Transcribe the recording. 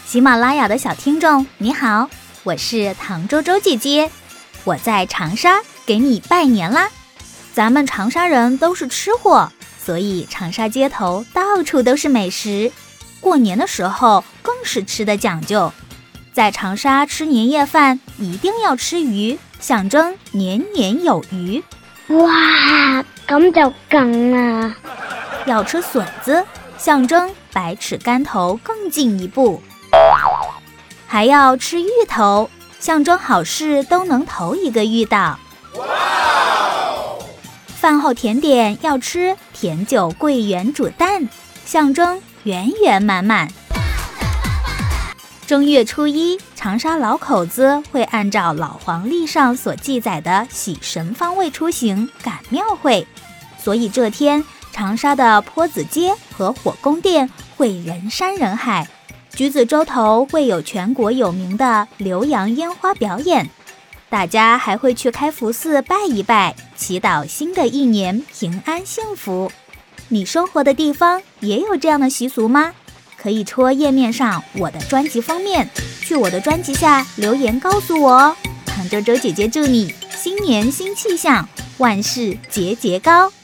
喜马拉雅的小听众你好，我是唐周周姐姐，我在长沙给你拜年啦。咱们长沙人都是吃货，所以长沙街头到处都是美食，过年的时候更是吃的讲究。在长沙吃年夜饭一定要吃鱼，象征年年有余。 哇，咁就更啦。 要吃笋子，象征百尺竿头更进一步。还要吃芋头，象征好事都能头一个遇到。饭后甜点要吃甜酒桂圆煮蛋，象征圆圆满满。正月初一，长沙老口子会按照老黄历上所记载的喜神方位出行赶庙会，所以这天长沙的坡子街和火宫殿会人山人海，橘子洲头会有全国有名的浏阳烟花表演，大家还会去开福寺拜一拜，祈祷新的一年平安幸福。你生活的地方也有这样的习俗吗？可以戳页面上我的专辑封面，去我的专辑下留言告诉我哦。唐周周姐姐祝你新年新气象，万事节节高。